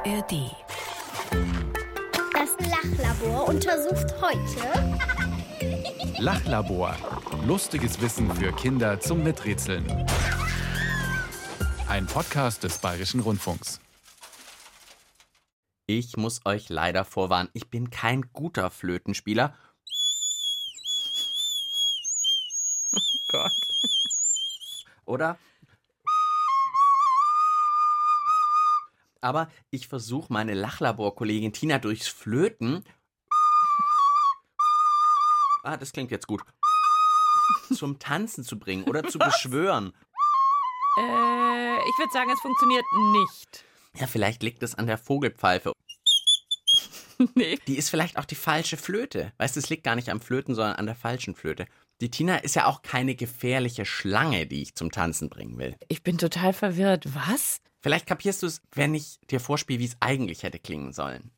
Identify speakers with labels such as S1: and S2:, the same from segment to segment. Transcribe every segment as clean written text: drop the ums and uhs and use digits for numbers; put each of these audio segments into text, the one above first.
S1: ARD.
S2: Das Lachlabor untersucht heute
S3: Lachlabor. Lustiges Wissen für Kinder zum Miträtseln. Ein Podcast des Bayerischen Rundfunks.
S4: Ich muss euch leider vorwarnen, ich bin kein guter Flötenspieler.
S5: Oh Gott.
S4: Oder? Aber ich versuche meine Lachlabor-Kollegin Tina durchs Flöten... das klingt jetzt gut. Zum Tanzen zu bringen oder zu beschwören.
S5: Ich würde sagen, es funktioniert nicht.
S4: Ja, vielleicht liegt es an der Vogelpfeife.
S5: Nee.
S4: Die ist vielleicht auch die falsche Flöte. Weißt du, es liegt gar nicht am Flöten, sondern an der falschen Flöte. Die Tina ist ja auch keine gefährliche Schlange, die ich zum Tanzen bringen will.
S5: Ich bin total verwirrt. Was?
S4: Vielleicht kapierst du es, wenn ich dir vorspiele, wie es eigentlich hätte klingen sollen.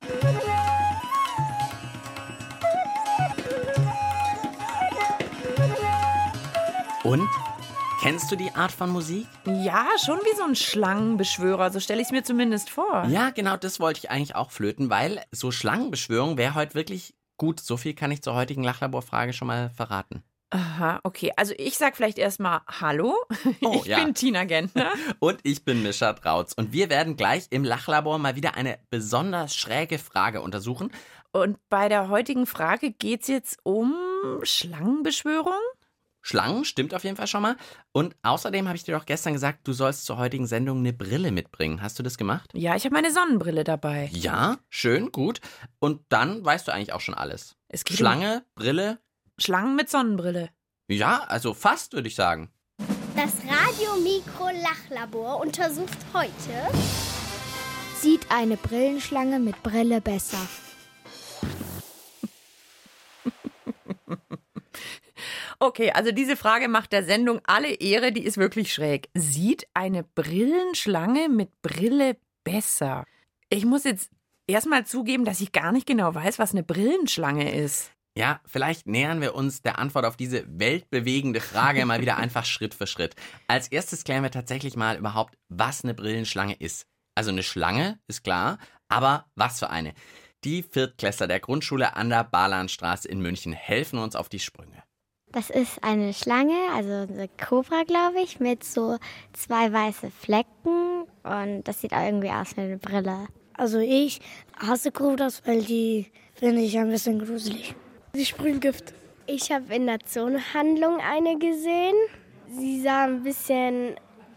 S4: Und? Kennst du die Art von Musik?
S5: Ja, schon wie so ein Schlangenbeschwörer, so stelle ich es mir zumindest vor.
S4: Ja, genau, das wollte ich eigentlich auch flöten, weil so Schlangenbeschwörung wäre heute wirklich gut. So viel kann ich zur heutigen Lachlaborfrage schon mal verraten.
S5: Aha, okay. Also ich sag vielleicht erstmal Hallo. Ich bin Tina Gentner.
S4: Und ich bin Mischa Trautz. Und wir werden gleich im Lachlabor mal wieder eine besonders schräge Frage untersuchen.
S5: Und bei der heutigen Frage geht's jetzt um Schlangenbeschwörung?
S4: Schlangen, stimmt auf jeden Fall schon mal. Und außerdem habe ich dir doch gestern gesagt, du sollst zur heutigen Sendung eine Brille mitbringen. Hast du das gemacht?
S5: Ja, ich habe meine Sonnenbrille dabei.
S4: Ja, schön, gut. Und dann weißt du eigentlich auch schon alles.
S5: Es geht
S4: Schlange, Brille.
S5: Schlangen mit Sonnenbrille.
S4: Ja, also fast, würde ich sagen.
S2: das Radiomikro-Lachlabor untersucht heute Sieht eine Brillenschlange mit Brille besser?
S5: Okay, also diese Frage macht der Sendung alle Ehre, die ist wirklich schräg. Sieht eine Brillenschlange mit Brille besser? Ich muss jetzt erstmal zugeben, dass ich gar nicht genau weiß, was eine Brillenschlange ist.
S4: Ja, vielleicht nähern wir uns der Antwort auf diese weltbewegende Frage mal wieder einfach Schritt für Schritt. Als erstes klären wir tatsächlich mal überhaupt, was eine Brillenschlange ist. Also eine Schlange, ist klar, aber was für eine? Die Viertklässler der Grundschule an der Barlandstraße in München helfen uns auf die Sprünge.
S6: Das ist eine Schlange, also eine Kobra, glaube ich, mit so 2 weiße Flecken und das sieht auch irgendwie aus wie eine Brille.
S7: Also ich hasse Kobras, weil die finde ich ein bisschen gruselig. Die sprühen Gift.
S2: Ich habe in der Zoonhandlung eine gesehen. Sie sah ein bisschen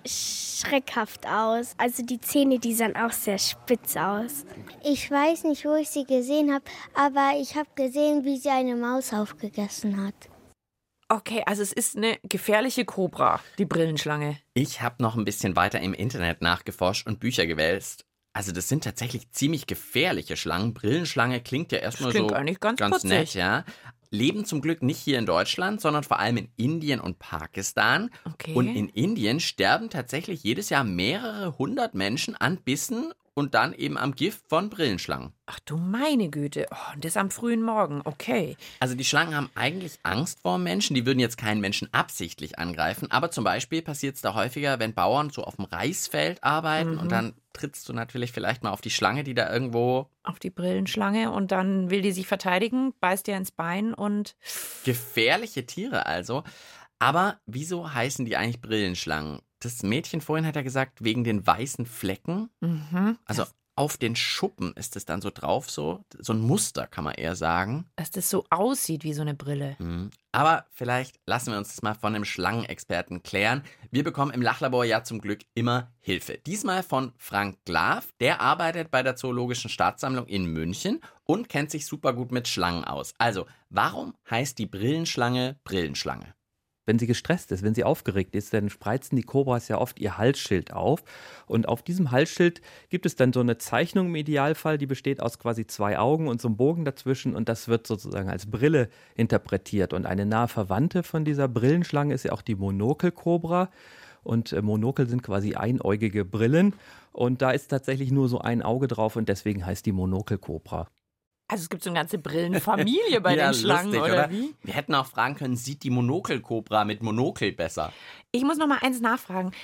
S2: schreckhaft aus. Also die Zähne, die sahen auch sehr spitz aus.
S6: Ich weiß nicht, wo ich sie gesehen habe, aber ich habe gesehen, wie sie eine Maus aufgegessen hat.
S5: Okay, also es ist eine gefährliche Kobra, die Brillenschlange.
S4: Ich habe noch ein bisschen weiter im Internet nachgeforscht und Bücher gewälzt. Also das sind tatsächlich ziemlich gefährliche Schlangen. Brillenschlange klingt ja erstmal so
S5: eigentlich ganz putzig.
S4: nett, ja. Leben zum Glück nicht hier in Deutschland, sondern vor allem in Indien und Pakistan.
S5: Okay.
S4: Und in Indien sterben tatsächlich jedes Jahr mehrere hundert Menschen an Bissen und dann eben am Gift von Brillenschlangen.
S5: Ach du meine Güte, und das am frühen Morgen, okay.
S4: Also die Schlangen haben eigentlich Angst vor Menschen, die würden jetzt keinen Menschen absichtlich angreifen, aber zum Beispiel passiert es da häufiger, wenn Bauern so auf dem Reisfeld arbeiten und dann trittst du natürlich vielleicht mal auf die Schlange, die da irgendwo...
S5: Auf die Brillenschlange und dann will die sich verteidigen, beißt dir ins Bein und...
S4: Gefährliche Tiere also. Aber wieso heißen die eigentlich Brillenschlangen? Das Mädchen vorhin hat ja gesagt, wegen den weißen Flecken. Also auf den Schuppen ist es dann so drauf, so ein Muster, kann man eher sagen.
S5: Dass das so aussieht wie so eine Brille.
S4: Aber vielleicht lassen wir uns das mal von einem Schlangenexperten klären. Wir bekommen im Lachlabor ja zum Glück immer Hilfe. Diesmal von Frank Glav. Der arbeitet bei der Zoologischen Staatssammlung in München und kennt sich super gut mit Schlangen aus. Also, warum heißt die Brillenschlange Brillenschlange?
S8: Wenn sie gestresst ist, wenn sie aufgeregt ist, dann spreizen die Kobras ja oft ihr Halsschild auf. Und auf diesem Halsschild gibt es dann so eine Zeichnung im Idealfall, die besteht aus quasi 2 Augen und so einem Bogen dazwischen. Und das wird sozusagen als Brille interpretiert. Und eine nahe Verwandte von dieser Brillenschlange ist ja auch die Monokelkobra. Und Monokel sind quasi einäugige Brillen. Und da ist tatsächlich nur so ein Auge drauf und deswegen heißt die Monokelkobra.
S5: Also es gibt so eine ganze Brillenfamilie bei den Schlangen,
S4: lustig,
S5: oder wie?
S4: Wir hätten auch fragen können, sieht die Monokelkobra mit Monokel besser?
S5: Ich muss noch mal eins nachfragen.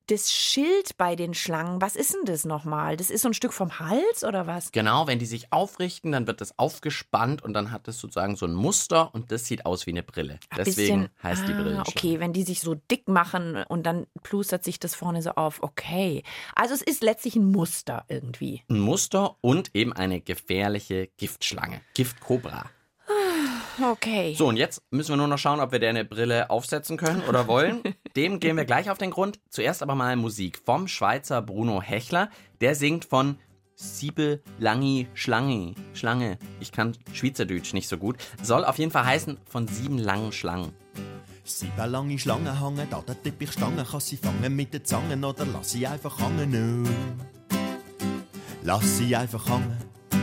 S5: das Schild bei den Schlangen, was ist denn das nochmal? Das ist so ein Stück vom Hals oder was?
S4: Genau, wenn die sich aufrichten, dann wird das aufgespannt und dann hat das sozusagen so ein Muster und das sieht aus wie eine Brille. Deswegen heißt die Brillenschlange.
S5: Okay, wenn die sich so dick machen und dann plustert sich das vorne so auf. Okay, also es ist letztlich ein Muster irgendwie.
S4: Ein Muster und eben eine gefährliche Giftschlange. Giftkobra.
S5: Okay.
S4: So, und jetzt müssen wir nur noch schauen, ob wir dir eine Brille aufsetzen können oder wollen. Dem gehen wir gleich auf den Grund. Zuerst aber mal Musik vom Schweizer Bruno Hechler. Der singt von Siebe Langi Schlange. Schlange. Ich kann Schweizerdeutsch nicht so gut. Soll auf jeden Fall heißen von 7 langen Schlangen.
S1: 7 lange Schlangen hängen an der Teppichstange. Kann sie fangen mit den Zangen oder lass sie einfach hängen? No. Lass sie einfach hängen.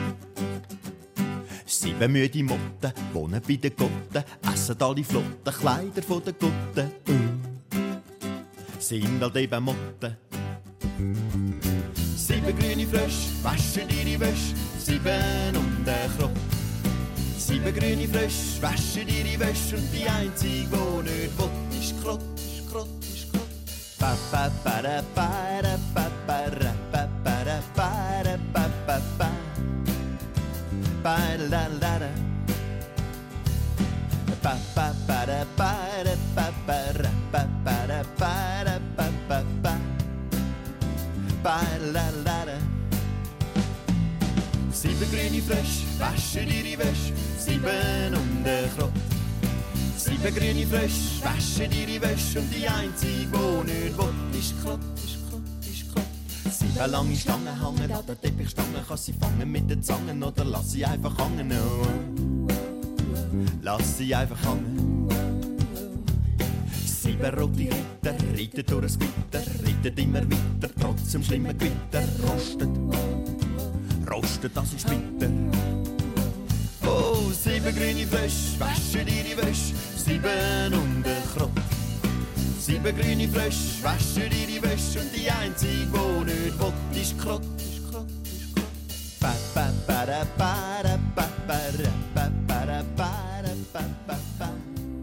S1: 7 müde Motten wohnen bei den Gotten, essen alle flotten Kleider von den Gotten. Sind halt eben Motten. 7 grüne Frösche waschen ihre Wäsche, 7 um den Krott. 7 grüne Frösche waschen ihre Wäsche und die einzige, die nicht will, ist Krott, ist Krott, ist Krott. Ba ba ba da ba da ba ba da ba ba da ba da ba ba ba. Ba la la da. Ba ba ba da ba da ba ba da ba ba da ba da ba ba ba. Ba la la da. 7 grüne Frösche waschen ihre Wäsche, 7 um den Krott. 7 grüne Frösche waschen ihre Wäsche und die einzige, die nicht will, ist Krott, ist Krott, ist Krott. 7 lange Stangen hängen an der Teppichstange, kann sie fangen mit den Zangen oder lass sie einfach hängen. No. Lass sie einfach hängen. 7 rote Ritter reiten durch das Gitter, reiten immer weiter, trotz dem schlimmen Gewitter. Rostet also Splitter. Oh, 7 grüne Frösche waschen ihre Wäsche, 7 um den Krott. 7 grüne Frösche waschen ihre Wäsche und die einzige, die nicht will, ist Krott, ist Krott, ist Krott. Ba ba ba da ba da ba ba da ba ba da ba da ba ba ba.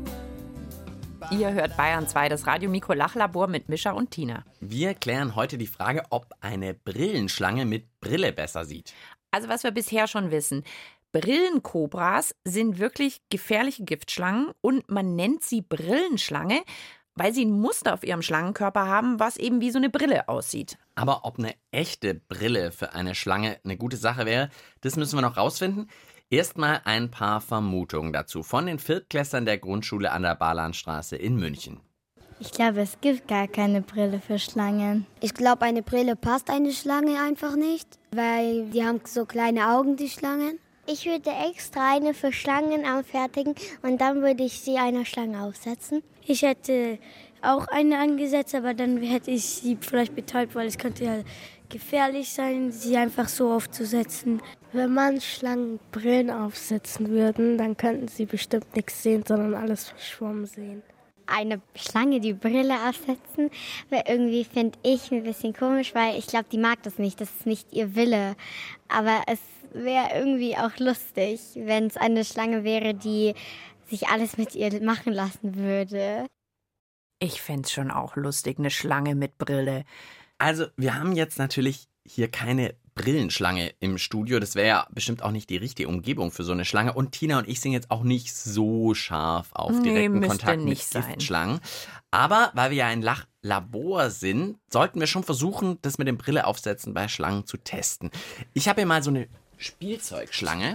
S5: Ihr hört Bayern 2, das Radio-Mikro Lachlabor mit Mischa und Tina.
S4: Wir klären heute die Frage, ob eine Brillenschlange mit Brille besser sieht.
S5: Also was wir bisher schon wissen, Brillenkobras sind wirklich gefährliche Giftschlangen und man nennt sie Brillenschlange, weil sie ein Muster auf ihrem Schlangenkörper haben, was eben wie so eine Brille aussieht.
S4: Aber ob eine echte Brille für eine Schlange eine gute Sache wäre, das müssen wir noch rausfinden. Erstmal ein paar Vermutungen dazu von den Viertklässlern der Grundschule an der Barlandstraße in München.
S6: Ich glaube, es gibt gar keine Brille für Schlangen.
S7: Ich glaube, eine Brille passt eine Schlange einfach nicht, weil die haben so kleine Augen, die Schlangen.
S6: Ich würde extra eine für Schlangen anfertigen und dann würde ich sie einer Schlange aufsetzen.
S2: Ich hätte auch eine angesetzt, aber dann hätte ich sie vielleicht betäubt, weil es könnte ja gefährlich sein, sie einfach so aufzusetzen. Wenn man Schlangen Brillen aufsetzen würden, dann könnten sie bestimmt nichts sehen, sondern alles verschwommen sehen.
S6: Eine Schlange die Brille aufsetzen, weil irgendwie finde ich ein bisschen komisch, weil ich glaube, die mag das nicht, das ist nicht ihr Wille. Aber es wäre irgendwie auch lustig, wenn es eine Schlange wäre, die sich alles mit ihr machen lassen würde.
S5: Ich fände es schon auch lustig, eine Schlange mit Brille.
S4: Also, wir haben jetzt natürlich hier keine Brillenschlange im Studio. Das wäre ja bestimmt auch nicht die richtige Umgebung für so eine Schlange. Und Tina und ich sind jetzt auch nicht so scharf auf direkten Kontakt mit Giftschlangen. Aber weil wir ja ein Lachlabor sind, sollten wir schon versuchen, das mit dem Brille aufsetzen bei Schlangen zu testen. Ich habe hier mal so eine Spielzeugschlange.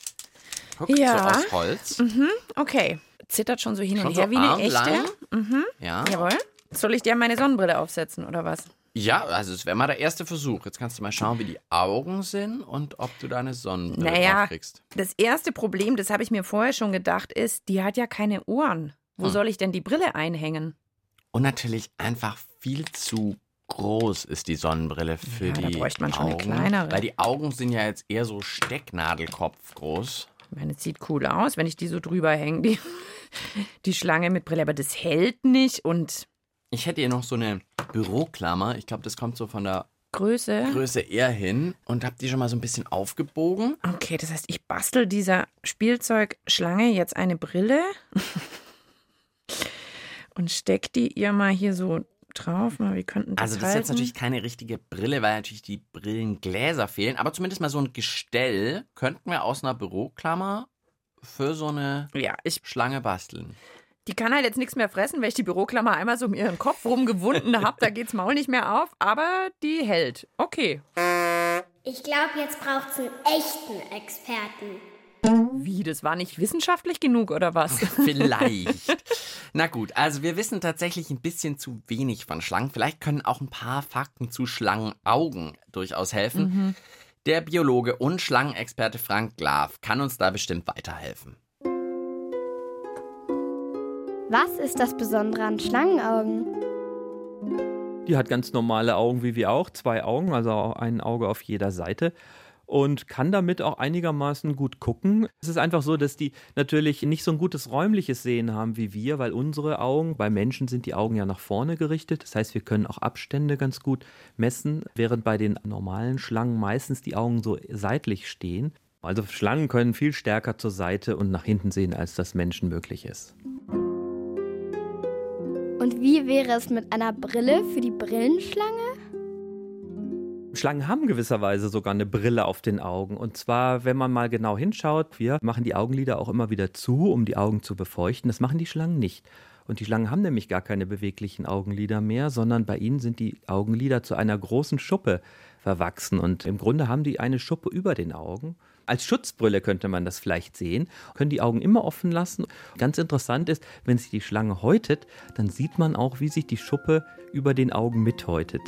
S4: Guck,
S5: ja.
S4: So aus Holz.
S5: Mhm, okay. Zittert schon so hin
S4: schon
S5: und her
S4: so
S5: wie eine echte.
S4: Mhm. Ja.
S5: Jawohl. Soll ich dir meine Sonnenbrille aufsetzen oder was?
S4: Ja, also es wäre mal der erste Versuch. Jetzt kannst du mal schauen, wie die Augen sind und ob du deine Sonnenbrille aufkriegst.
S5: Das erste Problem, das habe ich mir vorher schon gedacht, ist, die hat ja keine Ohren. Wo soll ich denn die Brille einhängen?
S4: Und natürlich einfach viel zu groß ist die Sonnenbrille für die Augen. Da
S5: bräuchte man schon eine kleinere.
S4: Weil die Augen sind ja jetzt eher so Stecknadelkopf groß.
S5: Ich meine, es sieht cool aus, wenn ich die so drüber hänge, die Schlange mit Brille. Aber das hält nicht und...
S4: Ich hätte hier noch so eine Büroklammer. Ich glaube, das kommt so von der
S5: Größe
S4: eher hin und habe die schon mal so ein bisschen aufgebogen.
S5: Okay, das heißt, ich bastel dieser Spielzeugschlange jetzt eine Brille und steck die ihr mal hier so drauf. Wie könnten das
S4: Also das ist jetzt natürlich keine richtige Brille, weil natürlich die Brillengläser fehlen. Aber zumindest mal so ein Gestell könnten wir aus einer Büroklammer für so eine Schlange basteln.
S5: Die kann halt jetzt nichts mehr fressen, weil ich die Büroklammer einmal so um ihren Kopf rumgewunden habe. Da geht's Maul nicht mehr auf, aber die hält. Okay.
S6: Ich glaube, jetzt braucht's einen echten Experten.
S5: Wie, das war nicht wissenschaftlich genug, oder was?
S4: Vielleicht. Na gut, also wir wissen tatsächlich ein bisschen zu wenig von Schlangen. Vielleicht können auch ein paar Fakten zu Schlangenaugen durchaus helfen. Der Biologe und Schlangenexperte Frank Glav kann uns da bestimmt weiterhelfen.
S2: Was ist das Besondere an Schlangenaugen?
S8: Die hat ganz normale Augen wie wir auch, 2 Augen, also ein Auge auf jeder Seite. Und kann damit auch einigermaßen gut gucken. Es ist einfach so, dass die natürlich nicht so ein gutes räumliches Sehen haben wie wir, weil unsere Augen, bei Menschen sind die Augen ja nach vorne gerichtet. Das heißt, wir können auch Abstände ganz gut messen, während bei den normalen Schlangen meistens die Augen so seitlich stehen. Also Schlangen können viel stärker zur Seite und nach hinten sehen, als das Menschen möglich ist.
S2: Und wie wäre es mit einer Brille für die Brillenschlange?
S8: Schlangen haben gewisserweise sogar eine Brille auf den Augen. Und zwar, wenn man mal genau hinschaut, wir machen die Augenlider auch immer wieder zu, um die Augen zu befeuchten. Das machen die Schlangen nicht. Und die Schlangen haben nämlich gar keine beweglichen Augenlider mehr, sondern bei ihnen sind die Augenlider zu einer großen Schuppe verwachsen. Und im Grunde haben die eine Schuppe über den Augen. Als Schutzbrille könnte man das vielleicht sehen, können die Augen immer offen lassen. Ganz interessant ist, wenn sich die Schlange häutet, dann sieht man auch, wie sich die Schuppe über den Augen mithäutet.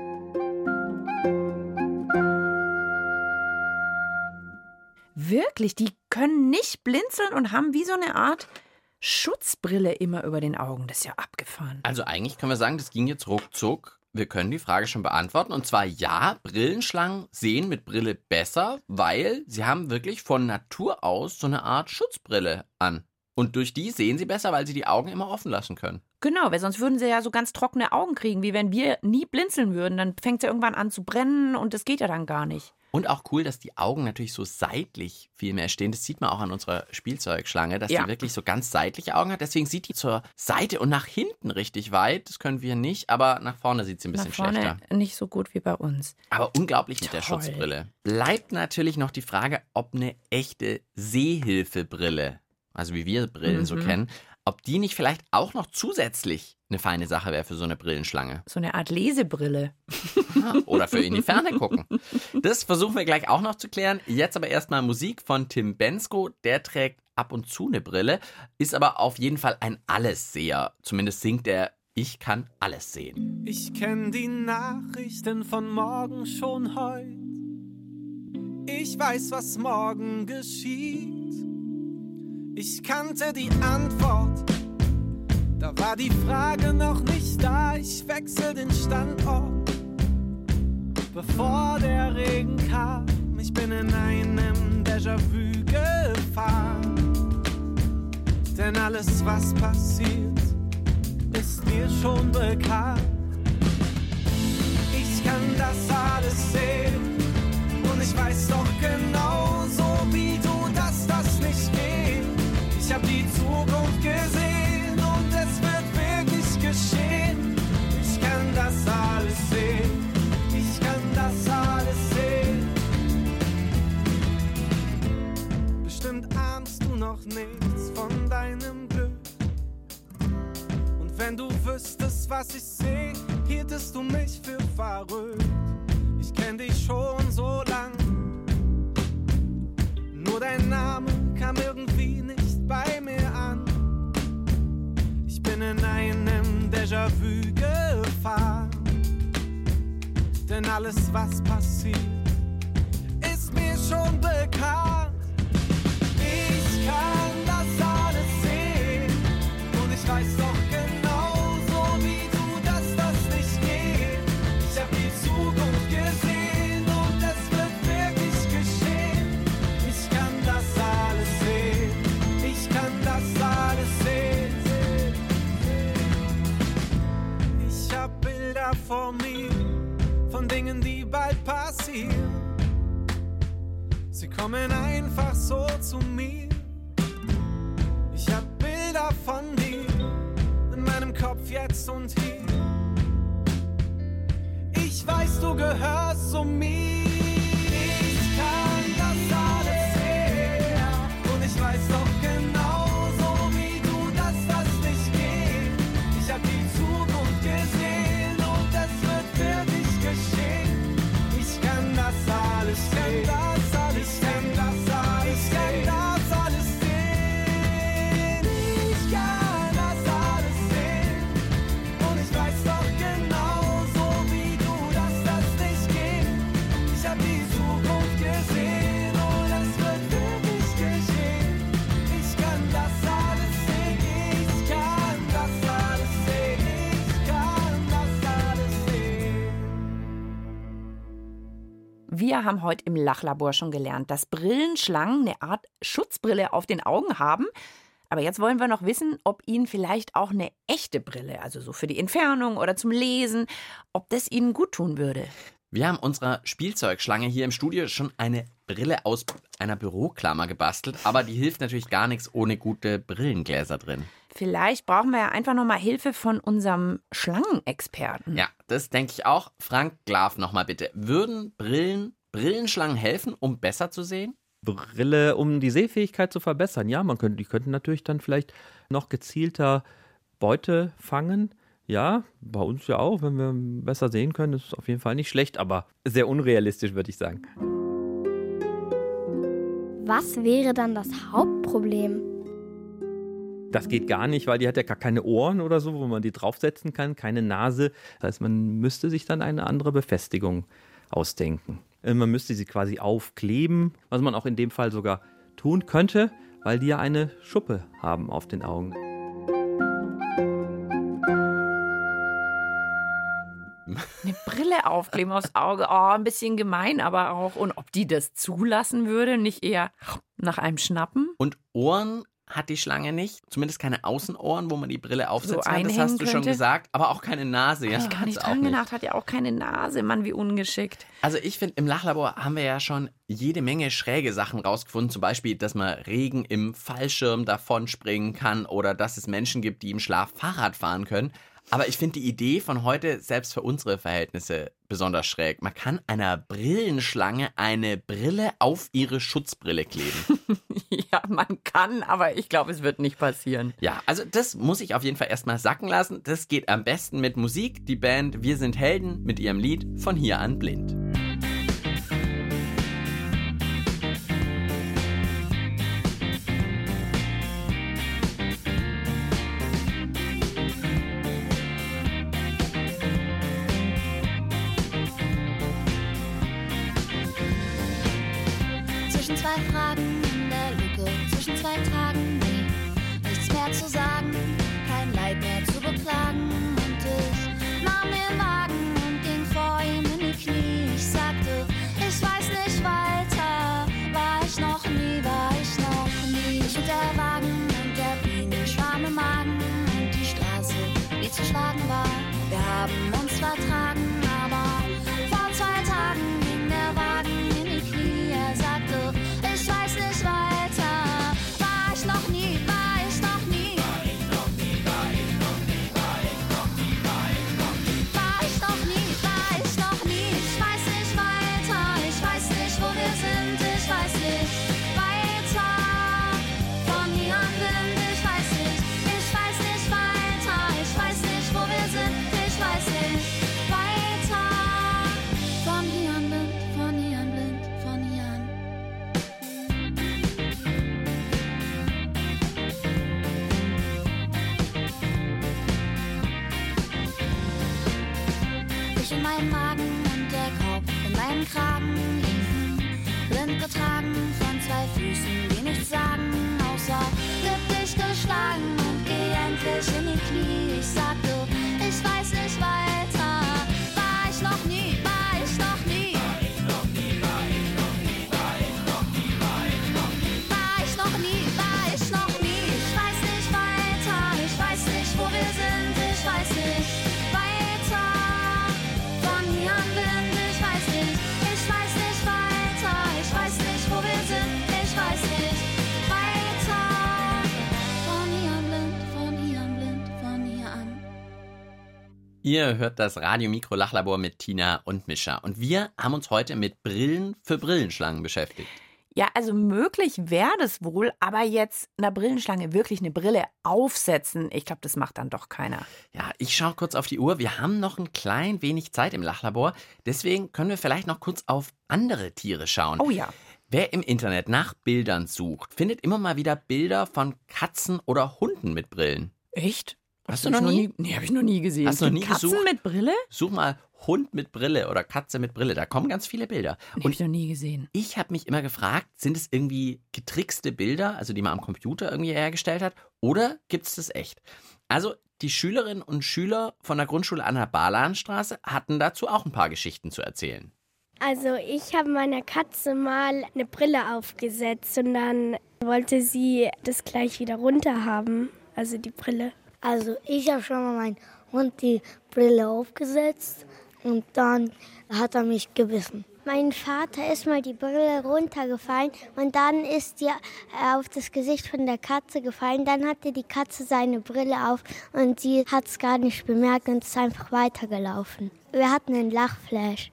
S5: Wirklich, die können nicht blinzeln und haben wie so eine Art Schutzbrille immer über den Augen. Das ist ja abgefahren.
S4: Also eigentlich können wir sagen, das ging jetzt ruckzuck. Wir können die Frage schon beantworten. Und zwar ja, Brillenschlangen sehen mit Brille besser, weil sie haben wirklich von Natur aus so eine Art Schutzbrille an. Und durch die sehen sie besser, weil sie die Augen immer offen lassen können.
S5: Genau, weil sonst würden sie ja so ganz trockene Augen kriegen, wie wenn wir nie blinzeln würden. Dann fängt es ja irgendwann an zu brennen und das geht ja dann gar nicht.
S4: Und auch cool, dass die Augen natürlich so seitlich viel mehr stehen. Das sieht man auch an unserer Spielzeugschlange, dass die wirklich so ganz seitliche Augen hat. Deswegen sieht die zur Seite und nach hinten richtig weit. Das können wir nicht, aber nach vorne sieht sie ein bisschen schlechter.
S5: Nach vorne nicht so gut wie bei uns.
S4: Aber unglaublich mit der Schutzbrille. Bleibt natürlich noch die Frage, ob eine echte Sehhilfebrille, also wie wir Brillen so kennen, ob die nicht vielleicht auch noch zusätzlich eine feine Sache wäre für so eine Brillenschlange.
S5: So eine Art Lesebrille.
S4: Oder für in die Ferne gucken. Das versuchen wir gleich auch noch zu klären. Jetzt aber erstmal Musik von Tim Bendzko. Der trägt ab und zu eine Brille, ist aber auf jeden Fall ein Allesseher. Zumindest singt er, ich kann alles sehen.
S9: Ich kenn die Nachrichten von morgen schon heute. Ich weiß, was morgen geschieht. Ich kannte die Antwort, da war die Frage noch nicht da. Ich wechsel den Standort, bevor der Regen kam. Ich bin in einem Déjà-vu gefahren. Denn alles, was passiert, ist mir schon bekannt. Ich kann das alles sehen und ich weiß doch genauso wie du, dass das nicht geht. Ich hab die Zukunft gesehen und es wird wirklich geschehen. Ich kann das alles sehen, ich kann das alles sehen. Bestimmt ahnst du noch nichts von deinem Glück. Und wenn du wüsstest, was ich seh, hieltest du mich für verrückt. Ich kenn dich schon so lang, nur dein Name kam irgendwie nicht bei mir an. Ich bin in einem Déjà-vu gefahren, denn alles, was passiert, ist mir schon bekannt. Ich kann das alles sehen und ich weiß doch genauso wie du, dass das nicht geht. Ich hab die Zukunft gesehen und es wird wirklich geschehen. Ich kann das alles sehen, ich kann das alles sehen. Ich hab Bilder vor mir von Dingen, die bald passieren. Sie kommen einfach so zu mir. Ich hab Bilder von dir in meinem Kopf jetzt und hier. weiß, du gehörst zu mir. Ich kann das alles sehen und ich weiß doch genauso wie du, dass das nicht geht. Ich hab die Zukunft gesehen und es wird für dich geschehen. Ich kann das alles sehen, das alles sehen, das alles sehen, das alles sehen. Ich kann das alles sehen und ich weiß doch genauso wie du, dass das nicht geht. Ich hab die Zukunft gesehen und es wird für dich geschehen. Ich kann das alles sehen, ich kann das alles sehen, ich kann das alles sehen.
S5: Wir haben heute im Lachlabor schon gelernt, dass Brillenschlangen eine Art Schutzbrille auf den Augen haben. Aber jetzt wollen wir noch wissen, ob ihnen vielleicht auch eine echte Brille, also so für die Entfernung oder zum Lesen, ob das ihnen gut tun würde.
S4: Wir haben unserer Spielzeugschlange hier im Studio schon eine Brille aus einer Büroklammer gebastelt, aber die hilft natürlich gar nichts ohne gute Brillengläser drin.
S5: Vielleicht brauchen wir ja einfach noch mal Hilfe von unserem Schlangenexperten.
S4: Ja, das denke ich auch. Frank Glav nochmal bitte. Würden Brillenschlangen helfen, um besser zu sehen?
S8: Brille, um die Sehfähigkeit zu verbessern. Ja, die könnten natürlich dann vielleicht noch gezielter Beute fangen. Ja, bei uns ja auch, wenn wir besser sehen können, ist es auf jeden Fall nicht schlecht, aber sehr unrealistisch, würde ich sagen.
S2: Was wäre dann das Hauptproblem?
S8: Das geht gar nicht, weil die hat ja gar keine Ohren oder so, wo man die draufsetzen kann, keine Nase. Das heißt, man müsste sich dann eine andere Befestigung ausdenken. Man müsste sie quasi aufkleben, was man auch in dem Fall sogar tun könnte, weil die ja eine Schuppe haben auf den Augen.
S5: Eine Brille aufkleben aufs Auge, oh, ein bisschen gemein, aber auch. Und ob die das zulassen würde, nicht eher nach einem Schnappen?
S4: Und Ohren hat die Schlange nicht, zumindest keine Außenohren, wo man die Brille aufsetzen
S5: So
S4: kann, das hast du schon
S5: könnte.
S4: gesagt, aber auch keine Nase. Ja,
S5: Ich gar nicht
S4: hat's auch
S5: dran gedacht, hat ja auch keine Nase, Mann, wie ungeschickt.
S4: Also ich finde, im Lachlabor haben wir ja schon jede Menge schräge Sachen rausgefunden, zum Beispiel, dass man Regen im Fallschirm davonspringen kann oder dass es Menschen gibt, die im Schlaf Fahrrad fahren können. Aber ich finde die Idee von heute selbst für unsere Verhältnisse besonders schräg. Man kann einer Brillenschlange eine Brille auf ihre Schutzbrille kleben.
S5: Ja, man kann, aber ich glaube, es wird nicht passieren.
S4: Ja, also das muss ich auf jeden Fall erstmal sacken lassen. Das geht am besten mit Musik. Die Band Wir sind Helden mit ihrem Lied Von hier an blind.
S10: Zwischen zwei Fragen in der Lücke, zwischen zwei Tagen, nee, nichts mehr zu sagen, kein Leid mehr zu beklagen. Und ich nahm den Wagen und ging vor ihm in die Knie. Ich sagte, ich weiß nicht weiter, war ich noch nie. Ich und der Wagen und der Bienenschwarm im Magen und die Straße, die zu schlagen war. Wir haben uns vertragen, aber vor 2 Tagen ging der Wagen in die Knie. Er sagte, ich weiß nicht weiter, war ich noch nie. Ich weiß nicht weiter, ich weiß nicht, wo wir sind, ich weiß nicht weiter, von hier an blind, ich weiß nicht weiter, ich weiß nicht, wo wir sind, ich weiß nicht weiter, von hier an blind, von hier an blind, von hier an. Ich in meinem Magen und der Kopf in meinen Kragen liefen, blind getragen von 2 Füßen, die nichts sagen, außer gib dich geschlagen und geh endlich in die Knie. Ich sagte, ich weiß nicht weiter, war ich noch nie. Ich weiß nicht weiter, ich weiß nicht, wo wir sind, ich weiß nicht weiter, von hier an blind, ich weiß nicht weiter, ich weiß nicht, wo wir sind, ich weiß nicht weiter, von hier an blind, von hier an blind, von hier an.
S4: Ihr hört das Radio-Mikro-Lachlabor mit Tina und Mischa. Und wir haben uns heute mit Brillen für Brillenschlangen beschäftigt.
S5: Ja, also möglich wäre das wohl, aber jetzt einer Brillenschlange wirklich eine Brille aufsetzen, ich glaube, das macht dann doch keiner.
S4: Ja, ich schaue kurz auf die Uhr. Wir haben noch ein klein wenig Zeit im Lachlabor. Deswegen können wir vielleicht noch kurz auf andere Tiere schauen.
S5: Oh ja.
S4: Wer im Internet nach Bildern sucht, findet immer mal wieder Bilder von Katzen oder Hunden mit Brillen.
S5: Echt?
S4: Hast du noch nie?
S5: Nee, habe ich noch nie gesehen.
S4: Hast du noch nie
S5: Katzen
S4: gesucht?
S5: mit Brille?
S4: Such mal Hund mit Brille oder Katze mit Brille. Da kommen ganz viele Bilder.
S5: Nee, habe ich noch nie gesehen.
S4: Ich habe mich immer gefragt, sind es irgendwie getrickste Bilder, also die man am Computer irgendwie hergestellt hat, oder gibt es das echt? Also die Schülerinnen und Schüler von der Grundschule an der Barlahnstraße hatten dazu auch ein paar Geschichten zu erzählen.
S2: Also ich habe meiner Katze mal eine Brille aufgesetzt und dann wollte sie das gleich wieder runter haben, also die Brille.
S7: Also ich habe schon mal meinen Hund die Brille aufgesetzt und dann hat er mich gebissen.
S6: Mein Vater ist mal die Brille runtergefallen und dann ist die auf das Gesicht von der Katze gefallen. Dann hatte die Katze seine Brille auf und sie hat es gar nicht bemerkt und ist einfach weitergelaufen. Wir hatten einen Lachflash.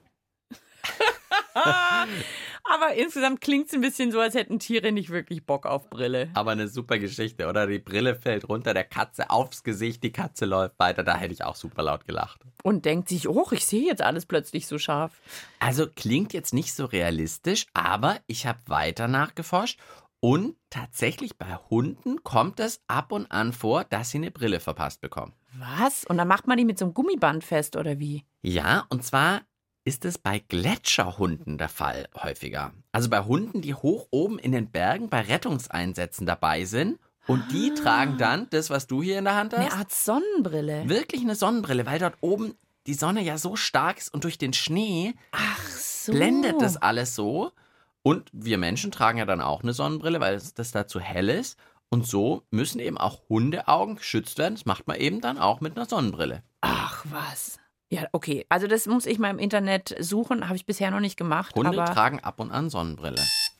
S5: Aber insgesamt klingt es ein bisschen so, als hätten Tiere nicht wirklich Bock auf Brille.
S4: Aber eine super Geschichte, oder? Die Brille fällt runter, der Katze aufs Gesicht, die Katze läuft weiter. Da hätte ich auch super laut gelacht.
S5: Und denkt sich, oh, ich sehe jetzt alles plötzlich so scharf.
S4: Also klingt jetzt nicht so realistisch, aber ich habe weiter nachgeforscht. Und tatsächlich bei Hunden kommt es ab und an vor, dass sie eine Brille verpasst bekommen.
S5: Was? Und dann macht man die mit so einem Gummiband fest, oder wie?
S4: Ja, und zwar ist es bei Gletscherhunden der Fall häufiger. Also bei Hunden, die hoch oben in den Bergen bei Rettungseinsätzen dabei sind. Und die tragen dann das, was du hier in der Hand hast.
S5: Eine Art Sonnenbrille.
S4: Wirklich eine Sonnenbrille, weil dort oben die Sonne ja so stark ist und durch den Schnee blendet das alles so. Und wir Menschen tragen ja dann auch eine Sonnenbrille, weil das da zu hell ist. Und so müssen eben auch Hundeaugen geschützt werden. Das macht man eben dann auch mit einer Sonnenbrille.
S5: Ach was. Ja, okay. Also das muss ich mal im Internet suchen. Habe ich bisher noch nicht gemacht.
S4: Hunde
S5: aber
S4: tragen ab und an Sonnenbrille.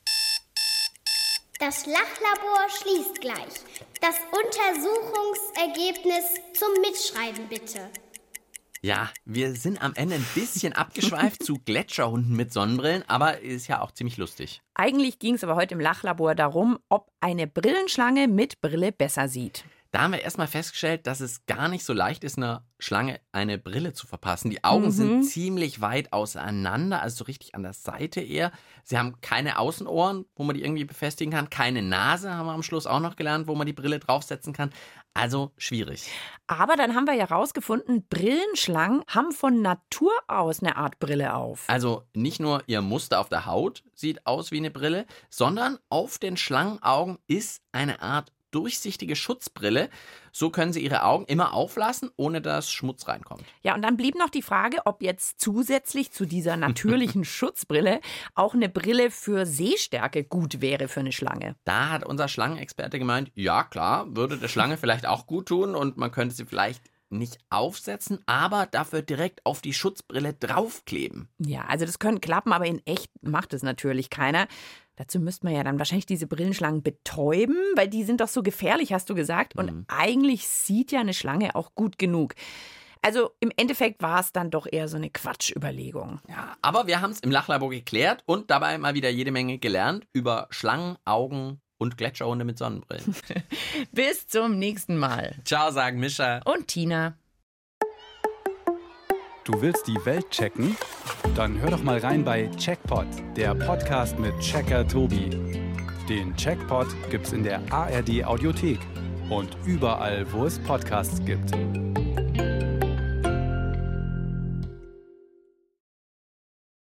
S10: Das Lachlabor schließt gleich. Das Untersuchungsergebnis zum Mitschreiben bitte.
S4: Ja, wir sind am Ende ein bisschen abgeschweift zu Gletscherhunden mit Sonnenbrillen, aber ist ja auch ziemlich lustig.
S5: Eigentlich ging es aber heute im Lachlabor darum, ob eine Brillenschlange mit Brille besser sieht.
S4: Da haben wir erstmal festgestellt, dass es gar nicht so leicht ist, einer Schlange eine Brille zu verpassen. Die Augen sind ziemlich weit auseinander, also so richtig an der Seite eher. Sie haben keine Außenohren, wo man die irgendwie befestigen kann. Keine Nase, haben wir am Schluss auch noch gelernt, wo man die Brille draufsetzen kann. Also schwierig.
S5: Aber dann haben wir ja rausgefunden, Brillenschlangen haben von Natur aus eine Art Brille auf.
S4: Also nicht nur ihr Muster auf der Haut sieht aus wie eine Brille, sondern auf den Schlangenaugen ist eine Art durchsichtige Schutzbrille. So können sie ihre Augen immer auflassen, ohne dass Schmutz reinkommt.
S5: Ja, und dann blieb noch die Frage, ob jetzt zusätzlich zu dieser natürlichen Schutzbrille auch eine Brille für Sehstärke gut wäre für eine Schlange.
S4: Da hat unser Schlangenexperte gemeint, ja klar, würde der Schlange vielleicht auch gut tun und man könnte sie vielleicht nicht aufsetzen, aber dafür direkt auf die Schutzbrille draufkleben.
S5: Ja, also das könnte klappen, aber in echt macht es natürlich keiner. Dazu müsste man ja dann wahrscheinlich diese Brillenschlangen betäuben, weil die sind doch so gefährlich, hast du gesagt. Und eigentlich sieht ja eine Schlange auch gut genug. Also im Endeffekt war es dann doch eher so eine Quatschüberlegung.
S4: Ja, aber wir haben es im Lachlabor geklärt und dabei mal wieder jede Menge gelernt über Schlangen, Augen und Gletscherhunde mit Sonnenbrillen.
S5: Bis zum nächsten Mal.
S4: Ciao, sagen Mischa
S5: und Tina.
S3: Du willst die Welt checken? Dann hör doch mal rein bei Checkpot, der Podcast mit Checker Tobi. Den Checkpot gibt's in der ARD Audiothek und überall, wo es Podcasts gibt.